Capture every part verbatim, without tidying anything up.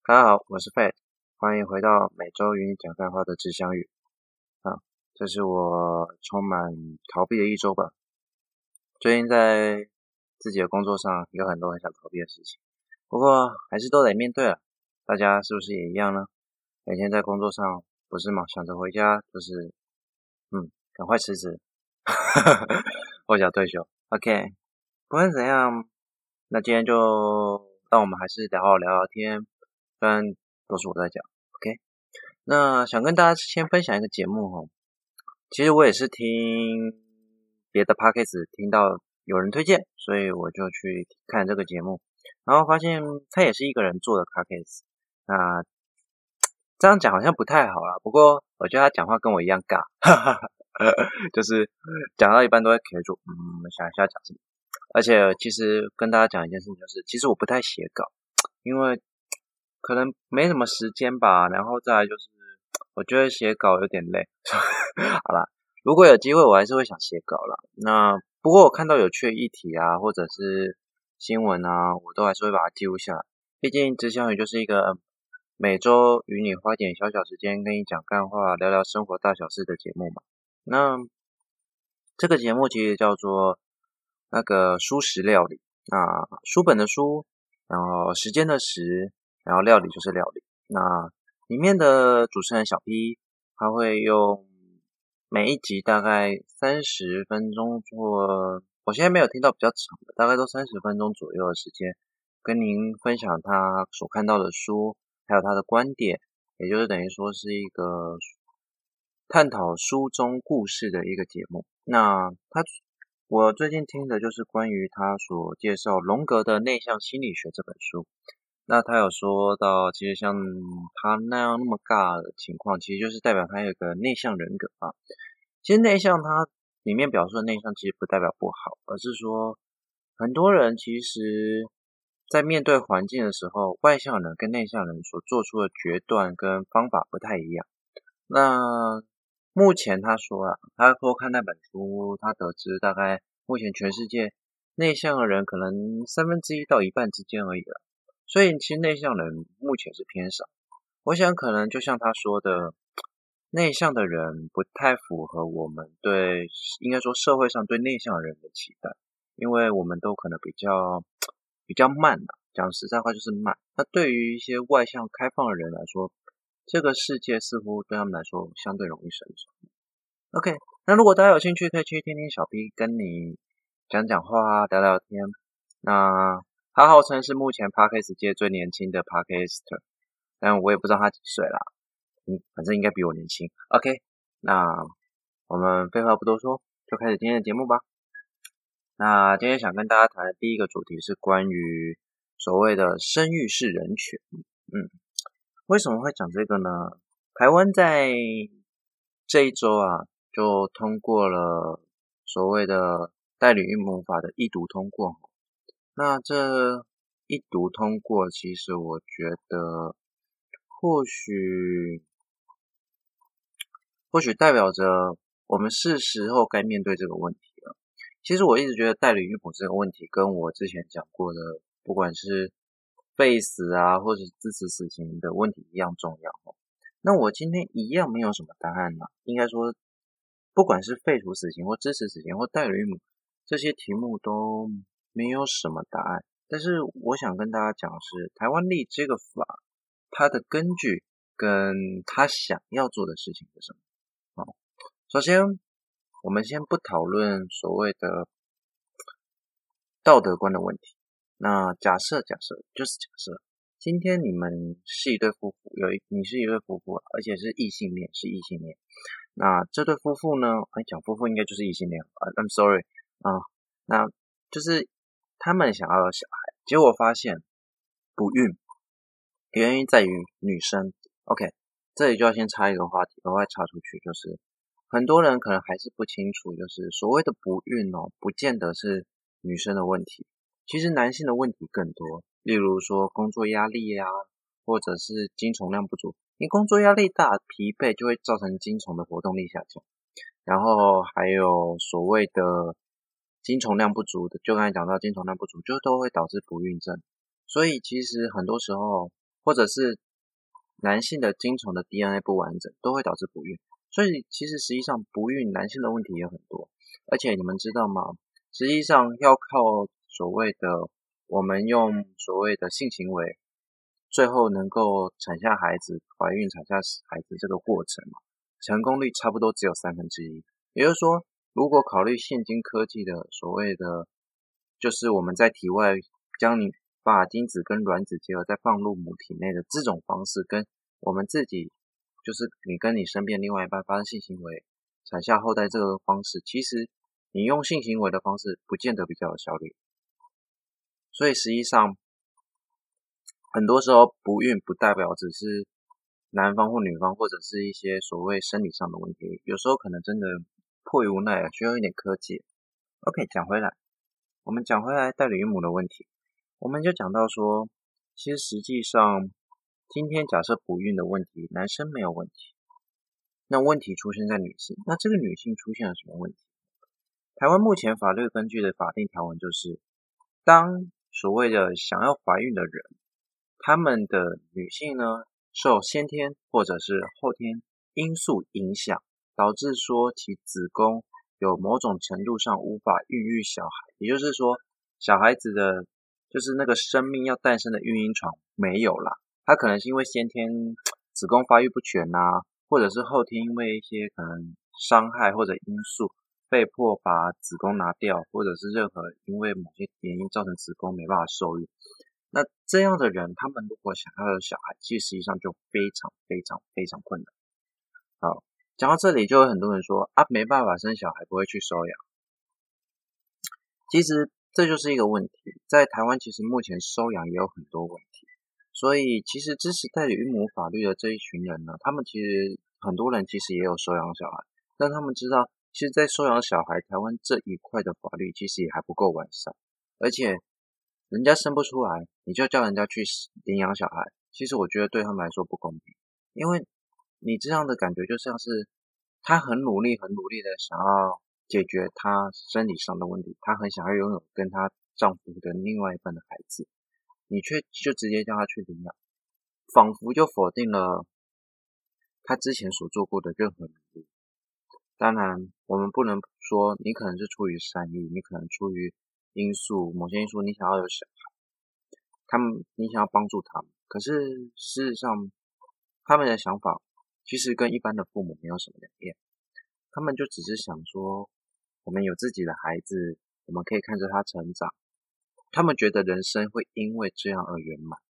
大家好，我是 Fat， 欢迎回到每周与你讲干话的志相语啊，这是我充满逃避的一周吧。最近在自己的工作上有很多很想逃避的事情，不过还是都得面对了。大家是不是也一样呢？每天在工作上不是嘛，想着回家就是嗯，赶快辞职，或者退休。OK， 不管怎样，那今天就让我们还是聊好聊聊天，虽然都是我在讲。OK， 那想跟大家先分享一个节目哦。其实我也是听别的 podcast 听到有人推荐，所以我就去看这个节目，然后发现他也是一个人做的 podcast。那这样讲好像不太好啦，不过我觉得他讲话跟我一样尬，哈哈哈，就是讲到一半都会 Q 住，嗯，想一下讲什么。而且其实跟大家讲一件事情，就是其实我不太写稿，因为可能没什么时间吧，然后再来就是我觉得写稿有点累。好啦，如果有机会我还是会想写稿啦。那不过我看到有趣的议题啊，或者是新闻啊，我都还是会把它记录下来。毕竟志相语就是一个每周与你花点小小时间跟你讲干话，聊聊生活大小事的节目嘛。那这个节目其实叫做那个蔬食料理，那书本的书，然后时间的时，然后料理就是料理。那里面的主持人小 P， 他会用每一集大概三十分钟做，我现在没有听到比较长的，大概都三十分钟左右的时间，跟您分享他所看到的书，还有他的观点，也就是等于说是一个探讨书中故事的一个节目。那他我最近听的就是关于他所介绍荣格的内向心理学这本书。那他有说到，其实像他那样那么尬的情况，其实就是代表他有个内向人格啊。其实内向它里面表述的内向其实不代表不好，而是说很多人其实在面对环境的时候，外向人跟内向人所做出的决断跟方法不太一样。那目前他说啊，他说看那本书，他得知大概目前全世界内向的人可能三分之一到一半之间而已了。所以其实内向人目前是偏少，我想可能就像他说的，内向的人不太符合我们对，应该说社会上对内向人的期待，因为我们都可能比较比较慢啊，讲实在话就是慢。那对于一些外向开放的人来说，这个世界似乎对他们来说相对容易生存。OK， 那如果大家有兴趣，可以去听听小 P 跟你讲讲话、聊聊天。那他号称是目前 Podcast 界最年轻的 Podcaster， 但我也不知道他几岁啦，嗯，反正应该比我年轻。OK， 那我们废话不多说，就开始今天的节目吧。那今天想跟大家谈的第一个主题是关于所谓的生育式人权。嗯，为什么会讲这个呢？台湾在这一周啊，就通过了所谓的代理孕母法的一读通过。那这一读通过，其实我觉得或许或许代表着我们是时候该面对这个问题了。其实我一直觉得代理孕母这个问题跟我之前讲过的，不管是废死啊，或者支持死刑的问题一样重要。那我今天一样没有什么答案啦，应该说，不管是废除死刑或支持死刑或代理孕母，这些题目都没有什么答案。但是我想跟大家讲的是，台湾立这个法，它的根据跟他想要做的事情是什么？哦，首先我们先不讨论所谓的道德观的问题。那假设假设就是假设，今天你们是一对夫妇，有一你是一对夫妇，而且是异性恋，是异性恋。那这对夫妇呢，哎，讲夫妇应该就是异性恋啊 ，I'm sorry 啊，那就是他们想要有小孩，结果发现不孕，原因在于女生。OK， 这里就要先插一个话题，额外插出去，就是很多人可能还是不清楚，就是所谓的不孕哦，不见得是女生的问题。其实男性的问题更多，例如说工作压力啊，或者是精虫量不足。你工作压力大、疲惫就会造成精虫的活动力下降，然后还有所谓的精虫量不足的，就刚才讲到精虫量不足，就都会导致不孕症。所以其实很多时候或者是男性的精虫的 D N A 不完整，都会导致不孕。所以其实实际上不孕男性的问题也很多，而且你们知道吗？实际上要靠所谓的我们用所谓的性行为，最后能够产下孩子、怀孕产下孩子这个过程嘛，成功率差不多只有三分之一。也就是说，如果考虑现今科技的所谓的，就是我们在体外将你把精子跟卵子结合再放入母体内的这种方式，跟我们自己就是你跟你身边另外一半发生性行为产下后代这个方式，其实你用性行为的方式不见得比较有效率。所以实际上很多时候不孕不代表只是男方或女方或者是一些所谓生理上的问题，有时候可能真的迫于无奈需要一点科技。 OK， 讲回来我们讲回来代理孕母的问题，我们就讲到说，其实实际上今天假设不孕的问题男生没有问题，那问题出现在女性，那这个女性出现了什么问题？台湾目前法律根据的法定条文就是，当所谓的想要怀孕的人，他们的女性呢受先天或者是后天因素影响，导致说其子宫有某种程度上无法孕育小孩，也就是说小孩子的就是那个生命要诞生的孕婴床没有啦，他可能是因为先天子宫发育不全啊，或者是后天因为一些可能伤害或者因素被迫把子宫拿掉，或者是任何因为某些原因造成子宫没办法受孕，那这样的人他们如果想要有小孩，其实实际上就非常非常非常困难。好，讲到这里就有很多人说啊，没办法生小孩不会去收养，其实这就是一个问题。在台湾其实目前收养也有很多问题，所以其实支持代理孕母法律的这一群人呢，他们其实很多人其实也有收养小孩，但他们知道其实在收养小孩台湾这一块的法律其实也还不够完善，而且人家生不出来你就叫人家去领养小孩，其实我觉得对他们来说不公平，因为你这样的感觉就像是他很努力很努力的想要解决他生理上的问题，他很想要拥有跟他丈夫的另外一半的孩子，你却就直接叫他去领养，仿佛就否定了他之前所做过的任何努力。当然我们不能说你可能是出于善意，你可能出于因素某些因素你想要有小孩，他们你想要帮助他们，可是事实上他们的想法其实跟一般的父母没有什么两样，他们就只是想说我们有自己的孩子，我们可以看着他成长，他们觉得人生会因为这样而圆满。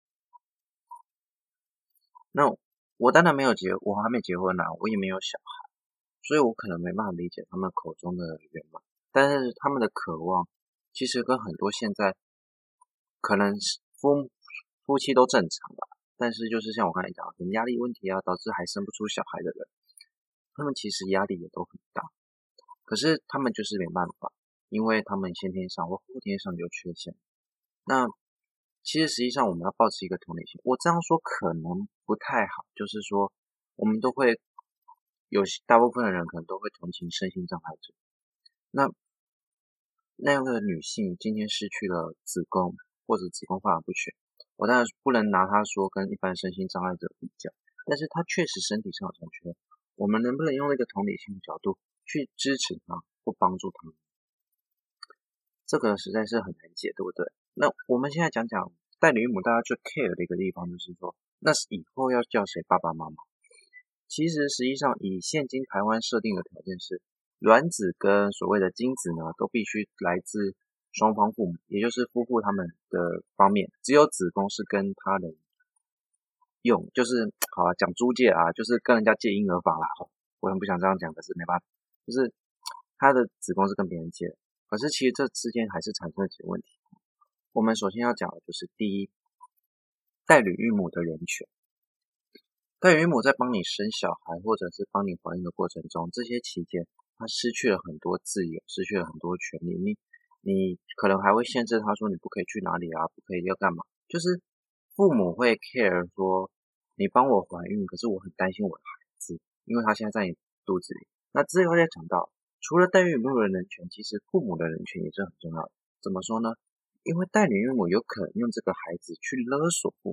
那我当然没有结，我还没结婚啊，我也没有小孩，所以我可能没办法理解他们口中的圆满，但是他们的渴望其实跟很多现在可能夫夫妻都正常吧，但是就是像我刚才讲的压力问题啊，导致还生不出小孩的人，他们其实压力也都很大，可是他们就是没办法，因为他们先天上或后天上有缺陷。那其实实际上我们要保持一个同理心，我这样说可能不太好，就是说我们都会有大部分的人可能都会同情身心障碍者，那那样的女性今天失去了子宫或者子宫发展不全，我当然不能拿她说跟一般身心障碍者比较，但是她确实身体上有残缺，我们能不能用那个同理心的角度去支持她或帮助她，这个实在是很难解，对不对？那我们现在讲讲代理孕母大家最 care 的一个地方，就是说那以后要叫谁爸爸妈妈。其实实际上以现今台湾设定的条件是，卵子跟所谓的精子呢都必须来自双方父母，也就是夫妇他们的方面，只有子宫是跟他人用，就是好啊讲租借啊，就是跟人家借婴儿房啦，我很不想这样讲，可是没办法，就是他的子宫是跟别人借的，可是其实这之间还是产生了几个问题。我们首先要讲的就是第一，代理孕母的人权。代理孕母在帮你生小孩或者是帮你怀孕的过程中，这些期间她失去了很多自由，失去了很多权利，你你可能还会限制她说你不可以去哪里啊，不可以要干嘛，就是父母会 care 说你帮我怀孕，可是我很担心我的孩子，因为他现在在你肚子里。那之后再讲到除了代理孕母的人权，其实父母的人权也是很重要的。怎么说呢？因为代理孕母有可能用这个孩子去勒索父母，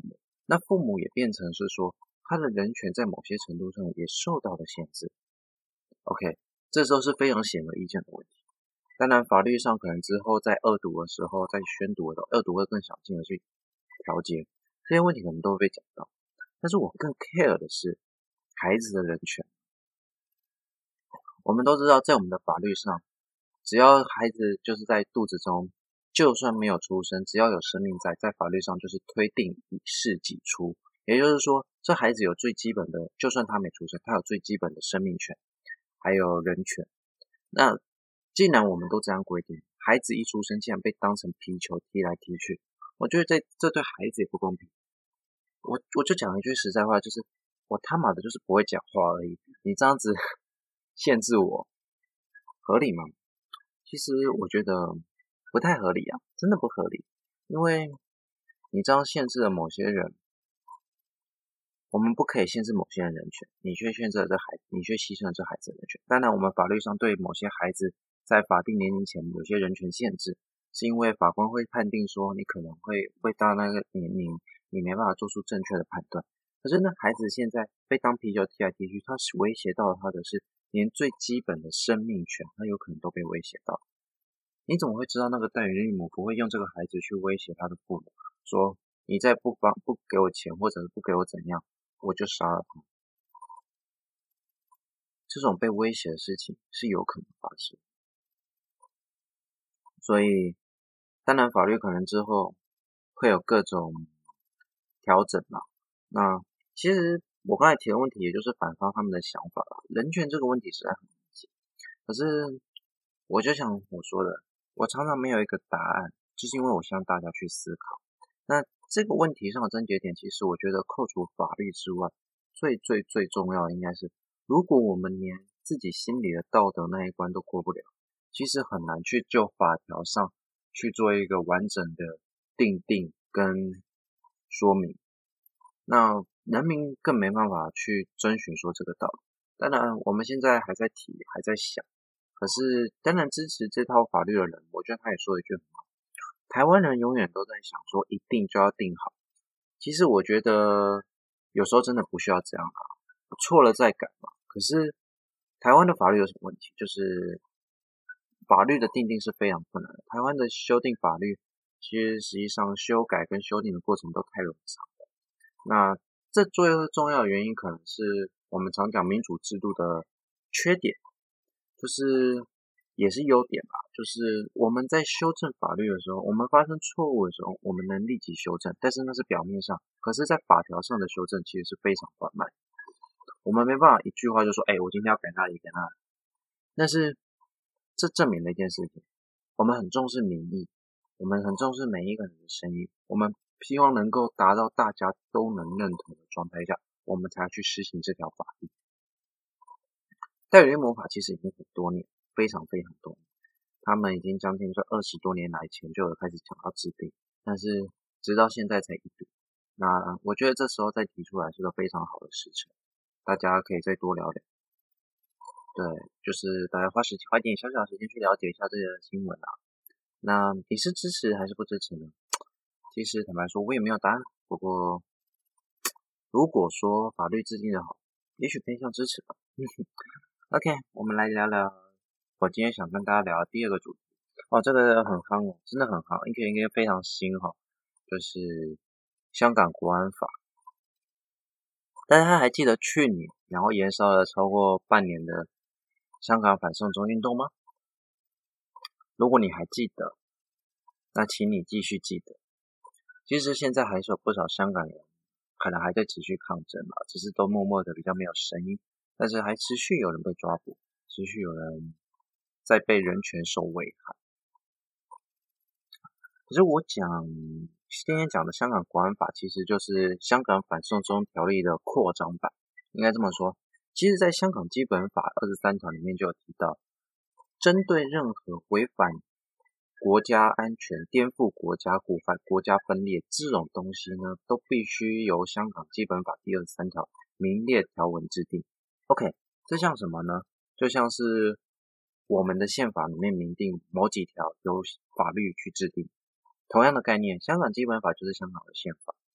那父母也变成是说他的人权在某些程度上也受到了限制。 OK， 这时候是非常显而易见的问题。当然法律上可能之后在二读的时候，在宣读的时候，二读会更详尽的去调节这些问题，可能都会被讲到。但是我更 care 的是孩子的人权。我们都知道在我们的法律上，只要孩子就是在肚子中，就算没有出生，只要有生命在，在法律上就是推定以事己出，也就是说这孩子有最基本的，就算他没出生，他有最基本的生命权还有人权。那既然我们都这样规定，孩子一出生竟然被当成皮球踢来踢去，我觉得这这对孩子也不公平。我我就讲一句实在话，就是我他妈的就是不会讲话而已，你这样子限制我合理吗？其实我觉得不太合理啊，真的不合理。因为你这样限制了某些人，我们不可以限制某些人人权，你却限制了这孩子，你却牺牲了这孩子的人权。当然我们法律上对某些孩子在法定年龄前有些人权限制，是因为法官会判定说你可能会会到那个年龄你没办法做出正确的判断。可是那孩子现在被当皮球踢来踢去，他是威胁到他的是连最基本的生命权，他有可能都被威胁到。你怎么会知道那个代理孕母不会用这个孩子去威胁他的父母，说你再不帮不给我钱，或者是不给我怎样，我就杀了他？这种被威胁的事情是有可能发生。所以当然法律可能之后会有各种调整嘛。那其实我刚才提的问题也就是反方他们的想法啦，人权这个问题实在很明显。可是我就像我说的，我常常没有一个答案，就是因为我希望大家去思考。那这个问题上的症结点，其实我觉得扣除法律之外，最最最重要的应该是，如果我们连自己心里的道德那一关都过不了，其实很难去就法条上去做一个完整的定定跟说明。那人民更没办法去遵循说这个道理。当然我们现在还在提还在想，可是当然支持这套法律的人，我觉得他也说一句很好，台湾人永远都在想说一定就要定好。其实我觉得有时候真的不需要这样啊，错了再改嘛。可是台湾的法律有什么问题？就是法律的定定是非常困难的。台湾的修订法律，其实实际上修改跟修订的过程都太冗长了。那这最重要的原因可能是我们常讲民主制度的缺点，就是也是优点吧，就是我们在修正法律的时候，我们发生错误的时候，我们能立即修正，但是那是表面上，可是在法条上的修正其实是非常缓慢。我们没办法一句话就说，哎、欸，我今天要改那里改那里。但是这证明了一件事情，我们很重视民意，我们很重视每一个人的声音，我们希望能够达到大家都能认同的状态下，我们才去施行这条法律。代理孕母法其实已经很多年，非常非常多年，他们已经将近这二十多年来前就有开始讲到制定，但是直到现在才一读。那我觉得这时候再提出来是个非常好的事情，大家可以再多聊聊。对，就是大家花时花一点小小的时间去了解一下这个新闻啊。那你是支持还是不支持呢？其实坦白说，我也没有答案。不过，如果说法律制定的好，也许偏向支持吧。OK， 我们来聊聊我今天想跟大家聊的第二个主题。哦，这个很夯哦，真的很夯，应该应该非常新哈、哦，就是香港国安法。大家还记得去年然后延烧了超过半年的香港反送中运动吗？如果你还记得，那请你继续记得。其实现在还是有不少香港人可能还在持续抗争嘛，只是都默默的比较没有声音，但是还持续有人被抓捕，持续有人在被人权受危害。可是我讲今天讲的香港国安法，其实就是香港反送中条例的扩张版，应该这么说。其实在香港基本法二十三条里面就有提到，针对任何违反国家安全、颠覆国家国反、国家分裂这种东西呢，都必须由香港基本法第二十三条明列条文制定。OK， 这像什么呢？就像是我们的宪法里面明定某几条由法律去制定。同样的概念，香港基本法就是香港的宪法。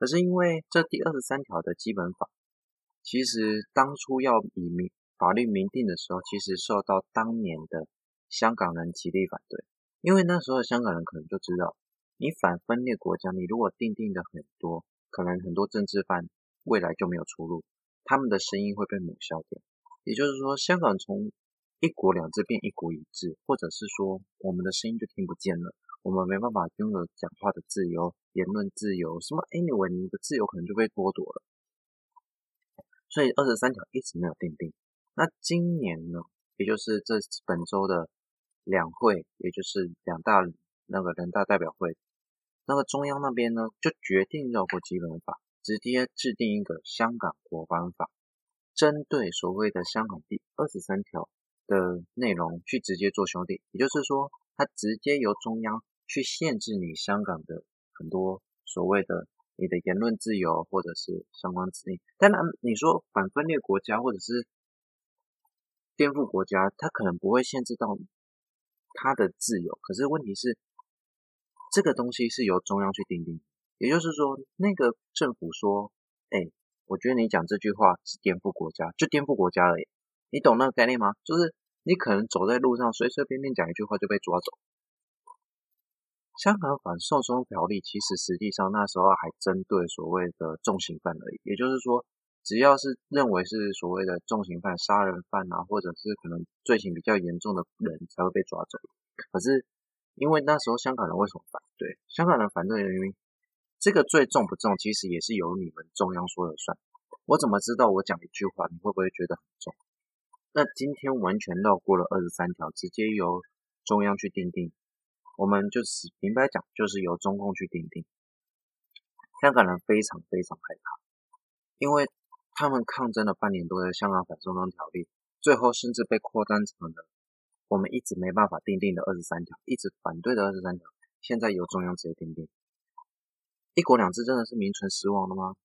可是因为这第二十三条的基本法，其实当初要以民法律明定的时候，其实受到当年的香港人极力反对，因为那时候的香港人可能就知道，你反分裂国家，你如果定定的很多，可能很多政治犯未来就没有出路，他们的声音会被抹消掉。也就是说，香港从一国两制变一国一制，或者是说我们的声音就听不见了，我们没办法拥有讲话的自由、言论自由，什么 anyway 你的自由可能就被剥夺了。所以二十三条一直没有定定。那今年呢，也就是这本周的两会，也就是两大那个人大代表会，那个中央那边呢就决定绕过基本法，直接制定一个香港国安法，针对所谓的香港第二十三条的内容去直接做修订，也就是说，它直接由中央去限制你香港的很多所谓的你的言论自由或者是相关指令。当然，你说反分裂国家或者是颠覆国家，它可能不会限制到它的自由，可是问题是，这个东西是由中央去定定，也就是说，那个政府说，哎，我觉得你讲这句话是颠覆国家，就颠覆国家而已。你懂那个概念吗？就是你可能走在路上随随便便讲一句话就被抓走。香港反送中条例其实实际上那时候还针对所谓的重刑犯而已，也就是说，只要是认为是所谓的重刑犯、杀人犯啊，或者是可能罪行比较严重的人才会被抓走。可是因为那时候香港人为什么反对？香港人反对的原因，这个罪重不重，其实也是由你们中央说了算。我怎么知道我讲一句话你会不会觉得很重？那今天完全绕过了二十三条，直接由中央去定定，我们就是明白讲，就是由中共去定定。香港人非常非常害怕，因为他们抗争了半年多的香港反送中条例，最后甚至被扩张成了我们一直没办法定定的二十三条，一直反对的二十三条，现在由中央直接定定。一国两制真的是名存实亡了吗？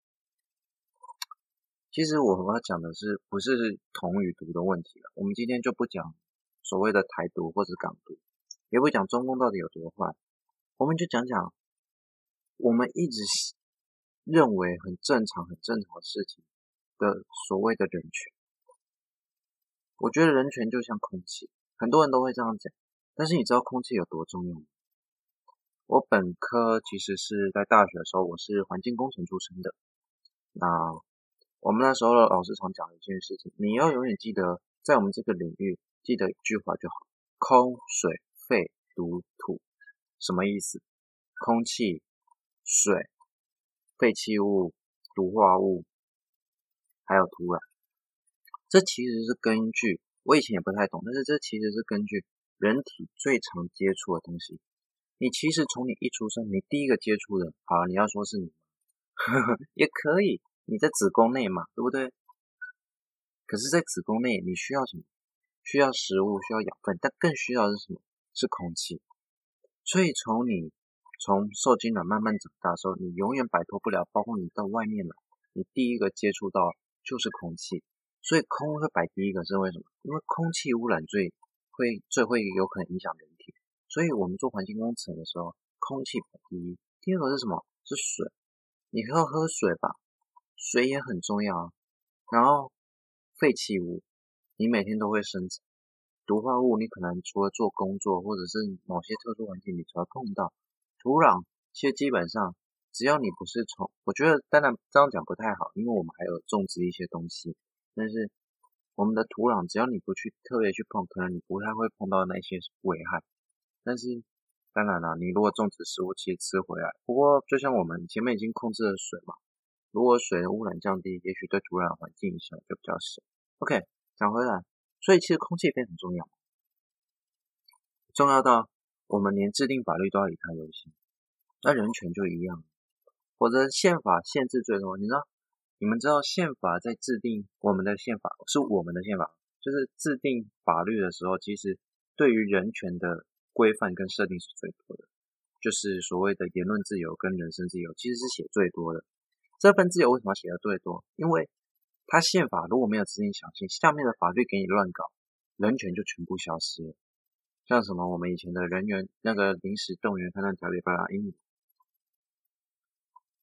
其实我要讲的是不是统与独的问题了，我们今天就不讲所谓的台独或者港独，也不讲中共到底有多坏，我们就讲讲我们一直认为很正常很正常的事情的所谓的人权。我觉得人权就像空气，很多人都会这样讲，但是你知道空气有多重要吗？我本科其实是在大学的时候，我是环境工程出身的。那我们那时候的老师常讲的一件事情，你要永远记得，在我们这个领域，记得一句话就好：空、水、废、毒、土。什么意思？空气、水、废弃物、毒化物，还有土壤。这其实是根据，我以前也不太懂，但是这其实是根据人体最常接触的东西。你其实从你一出生，你第一个接触的，好，你要说是你呵呵也可以，你在子宫内嘛，对不对？可是，在子宫内，你需要什么？需要食物，需要养分，但更需要的是什么？是空气。所以，从你从受精卵慢慢长大的时候，你永远摆脱不了，包括你到外面来，你第一个接触到就是空气。所以，空会摆第一个是为什么？因为空气污染最会最会有可能影响人体。所以我们做环境工程的时候，空气摆第一。第二个是什么？是水。你要喝水吧，水也很重要啊。然后废弃物，你每天都会生产。毒化物，你可能除了做工作或者是某些特殊环境，你才会碰到。土壤，其实基本上只要你不是从，我觉得当然这样讲不太好，因为我们还有种植一些东西，但是我们的土壤只要你不去特别去碰，可能你不太会碰到那些危害。但是当然啦，你如果种植食物，其实吃回来。不过就像我们前面已经控制了水嘛，如果水的污染降低，也许对土壤环境影响就比较小。OK， 讲回来，所以其实空气非常重要，重要到我们连制定法律都要以它优先。那人权就一样，或者宪法限制最多，你知道？你们知道宪法在制定我们的宪法是我们的宪法，就是制定法律的时候，其实对于人权的规范跟设定是最多的，就是所谓的言论自由跟人身自由，其实是写最多的。这份自由为什么写的最多？因为它宪法如果没有制定详细，下面的法律给你乱搞，人权就全部消失了。像什么我们以前的人员那个临时动员戡乱条例，巴拉英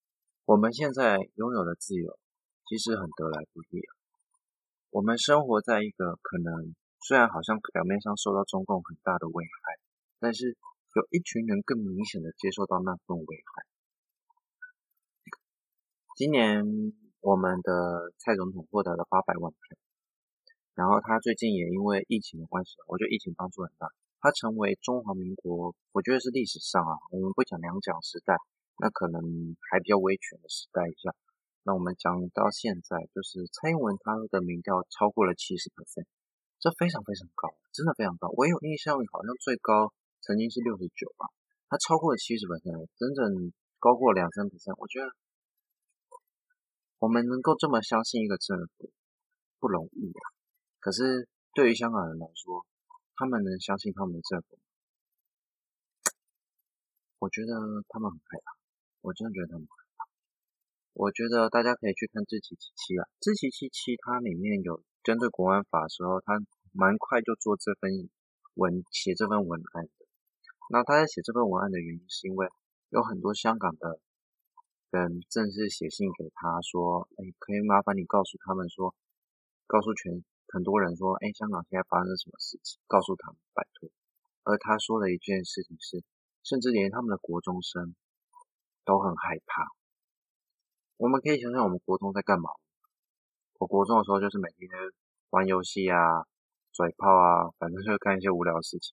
我们现在拥有的自由其实很得来不易啊。我们生活在一个可能虽然好像表面上受到中共很大的危害，但是有一群人更明显的接受到那份危害。今年我们的蔡总统获得了八百万票，然后他最近也因为疫情的关系，我觉得疫情帮助很大，他成为中华民国，我觉得是历史上啊，我们不讲两蒋时代，那可能还比较威权的时代一下。那我们讲到现在，就是蔡英文他的民调超过了 百分之七十， 这非常非常高，真的非常高。我有印象好像最高曾经是六十九吧，他超过了 百分之七十， 真正高过两三 percent。我觉得我们能够这么相信一个政府不容易啊。可是对于香港人来说，他们能相信他们的政府，我觉得他们很害怕，我真的觉得他们很害怕。我觉得大家可以去看志祺七七啊，志祺七七它里面有针对国安法的时候，他蛮快就做这份文写这份文案的。那他在写这份文案的原因是因为有很多香港的人正式写信给他说，哎，可以麻烦你告诉他们说，告诉全很多人说，哎，香港现在发生什么事情，告诉他们，拜托。而他说的一件事情是，甚至连他们的国中生都很害怕。我们可以想想我们国中在干嘛？我国中的时候就是每天玩游戏啊、嘴炮啊，反正就是干一些无聊的事情。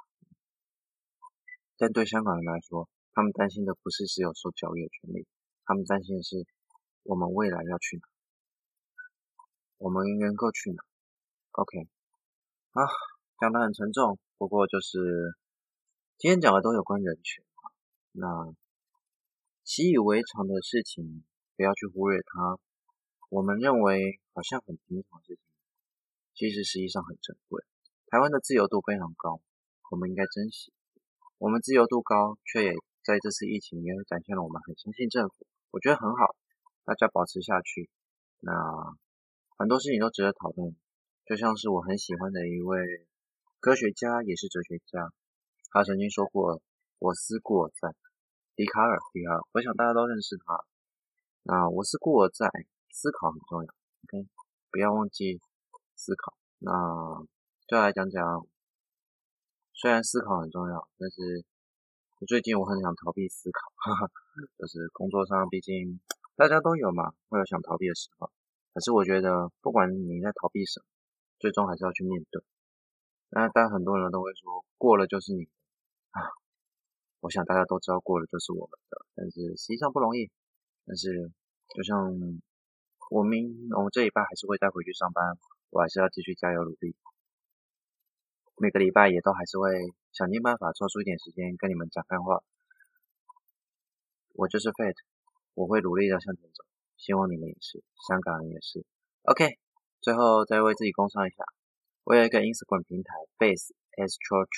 但对香港人来说，他们担心的不是只有受教育的权利，他们担心的是我们未来要去哪，我们能够去哪。OK， 啊，讲得很沉重，不过就是今天讲的都有关人权，那习以为常的事情不要去忽略它。我们认为好像很平常的事情，其实实际上很珍贵。台湾的自由度非常高，我们应该珍惜。我们自由度高，却也在这次疫情里面展现了我们很相信政府，我觉得很好，大家保持下去。那很多事情都值得讨论，就像是我很喜欢的一位科学家，也是哲学家，他曾经说过“我思故我在”，笛卡尔，笛卡尔，我想大家都认识他。那我思故我在，思考很重要 ，OK， 不要忘记思考。那就来讲讲。虽然思考很重要，但是最近我很想逃避思考，哈哈，就是工作上，毕竟大家都有嘛，会有想逃避的时候。可是我觉得，不管你在逃避什么，最终还是要去面对。那但很多人都会说，过了就是你的啊，我想大家都知道，过了就是我们的，但是实际上不容易。但是就像我明，我这礼拜还是会再回去上班，我还是要继续加油努力。每个礼拜也都还是会想尽办法抽出一点时间跟你们讲干话。我就是 Fate， 我会努力的向前走，希望你们也是，香港人也是。OK， 最后再为自己工商一下，我有一个 Instagram 平台 Faith Astral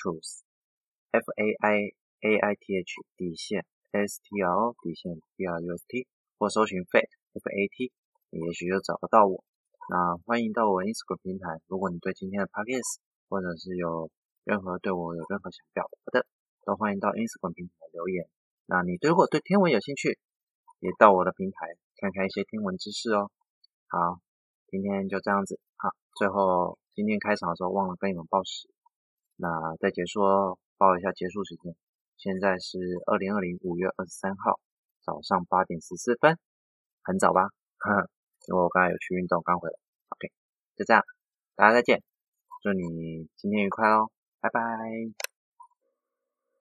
Truth，F A I A I T H 底线 S T R O 底线 T R U S T， 或搜寻 Fate F A T， 你也许就找得到我。那欢迎到我 Instagram 平台，如果你对今天的 Podcast或者是有任何对我有任何想表达的，都欢迎到 Instagram 平台留言。那你如果对天文有兴趣，也到我的平台看看一些天文知识哦。好，今天就这样子。好，最后今天开场的时候忘了跟你们报时，那再结束哦，报一下结束时间。现在是二零二零五月二十三号早上八点十四分，很早吧？呵呵，因为我刚才有去运动，刚回来。OK，就这样，大家再见。祝你今天愉快哦，拜拜。